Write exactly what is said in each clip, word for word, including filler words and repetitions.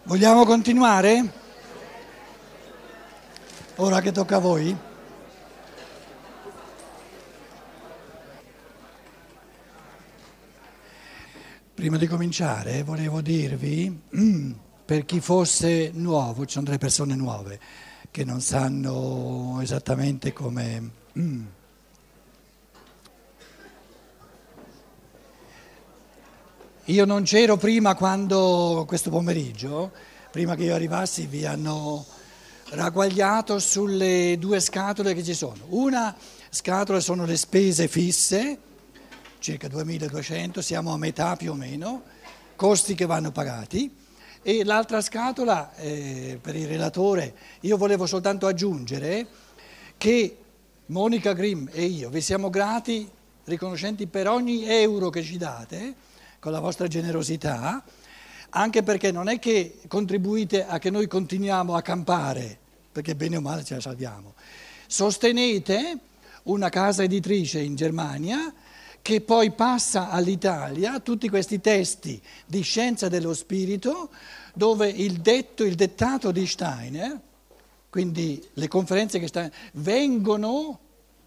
Vogliamo continuare? Ora che tocca a voi? Prima di cominciare volevo dirvi, mm, per chi fosse nuovo, ci sono delle persone nuove che non sanno esattamente come... Mm, Io non c'ero prima quando, questo pomeriggio, prima che io arrivassi, vi hanno ragguagliato sulle due scatole che ci sono. Una scatola sono le spese fisse, circa duemiladuecento, siamo a metà più o meno, costi che vanno pagati, e l'altra scatola, eh, per il relatore, io volevo soltanto aggiungere che Monica Grimm e io vi siamo grati, riconoscenti per ogni euro che ci date, con la vostra generosità, anche perché non è che contribuite a che noi continuiamo a campare, perché bene o male ce la salviamo. Sostenete una casa editrice in Germania che poi passa all'Italia tutti questi testi di scienza dello spirito, dove il detto, il dettato di Steiner, quindi le conferenze che Steiner, vengono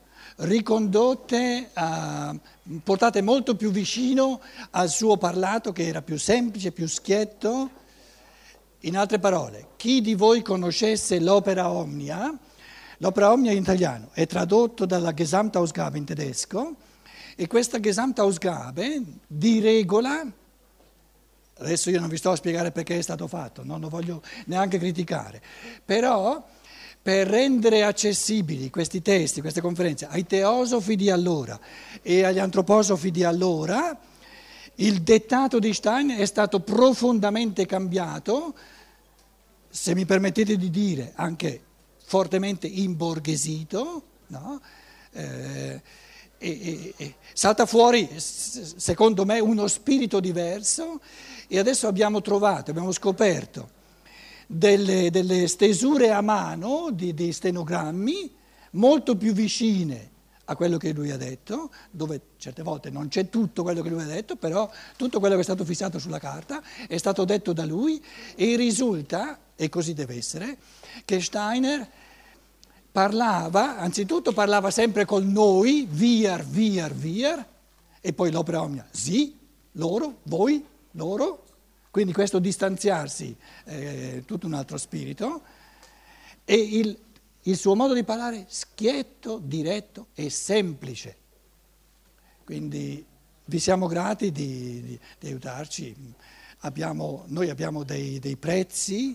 ricondotte, a, portate molto più vicino al suo parlato, che era più semplice, più schietto. In altre parole, chi di voi conoscesse l'opera Omnia, l'opera Omnia in italiano è tradotto dalla Gesamtausgabe in tedesco, e questa Gesamtausgabe di regola, adesso io non vi sto a spiegare perché è stato fatto, non lo voglio neanche criticare, però per rendere accessibili questi testi, queste conferenze ai teosofi di allora e agli antroposofi di allora, il dettato di Stein è stato profondamente cambiato, se mi permettete di dire anche fortemente imborghesito, no? eh, e, e, e salta fuori, secondo me, uno spirito diverso, e adesso abbiamo trovato, abbiamo scoperto Delle, delle stesure a mano di, di stenogrammi molto più vicine a quello che lui ha detto, dove certe volte non c'è tutto quello che lui ha detto, però tutto quello che è stato fissato sulla carta è stato detto da lui, e risulta, e così deve essere, che Steiner parlava, anzitutto parlava sempre col noi, wir, wir, wir, e poi l'opera Omnia, sì, loro, voi, loro. Quindi questo distanziarsi è eh, tutto un altro spirito, e il, il suo modo di parlare schietto, diretto e semplice. Quindi vi siamo grati di, di, di aiutarci. Abbiamo, noi abbiamo dei, dei prezzi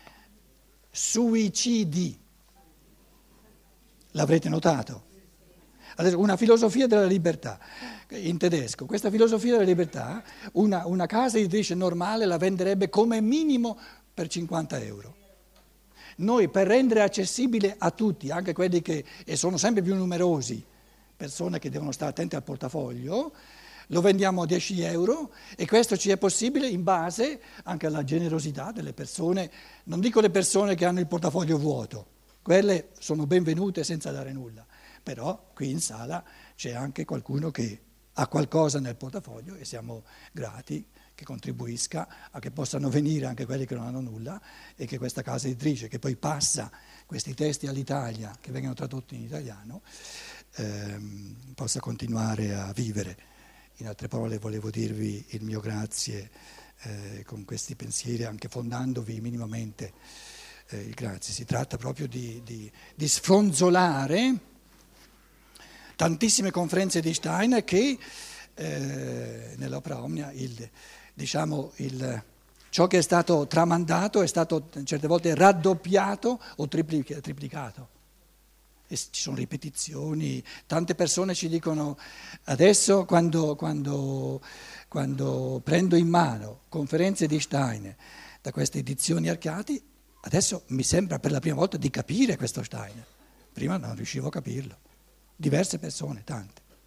suicidi, l'avrete notato. Adesso, una filosofia della libertà. In tedesco, questa filosofia della libertà, una, una casa editrice normale la venderebbe come minimo per cinquanta euro. Noi, per rendere accessibile a tutti, anche quelli che e sono sempre più numerosi, persone che devono stare attenti al portafoglio, lo vendiamo a dieci euro, e questo ci è possibile in base anche alla generosità delle persone. Non dico le persone che hanno il portafoglio vuoto, quelle sono benvenute senza dare nulla, però qui in sala c'è anche qualcuno che ha qualcosa nel portafoglio, e siamo grati che contribuisca a che possano venire anche quelli che non hanno nulla, e che questa casa editrice, che poi passa questi testi all'Italia, che vengono tradotti in italiano, ehm, possa continuare a vivere. In altre parole, volevo dirvi il mio grazie eh, con questi pensieri, anche fondandovi minimamente eh, il grazie. Si tratta proprio di, di, di sfronzolare tantissime conferenze di Steiner che eh, nell'opera Omnia il, diciamo, il, ciò che è stato tramandato è stato certe volte raddoppiato o triplica, triplicato. E ci sono ripetizioni, tante persone ci dicono adesso quando, quando, quando prendo in mano conferenze di Steiner da queste edizioni Archiati, adesso mi sembra per la prima volta di capire questo Steiner, prima non riuscivo a capirlo. Diverse persone, tante.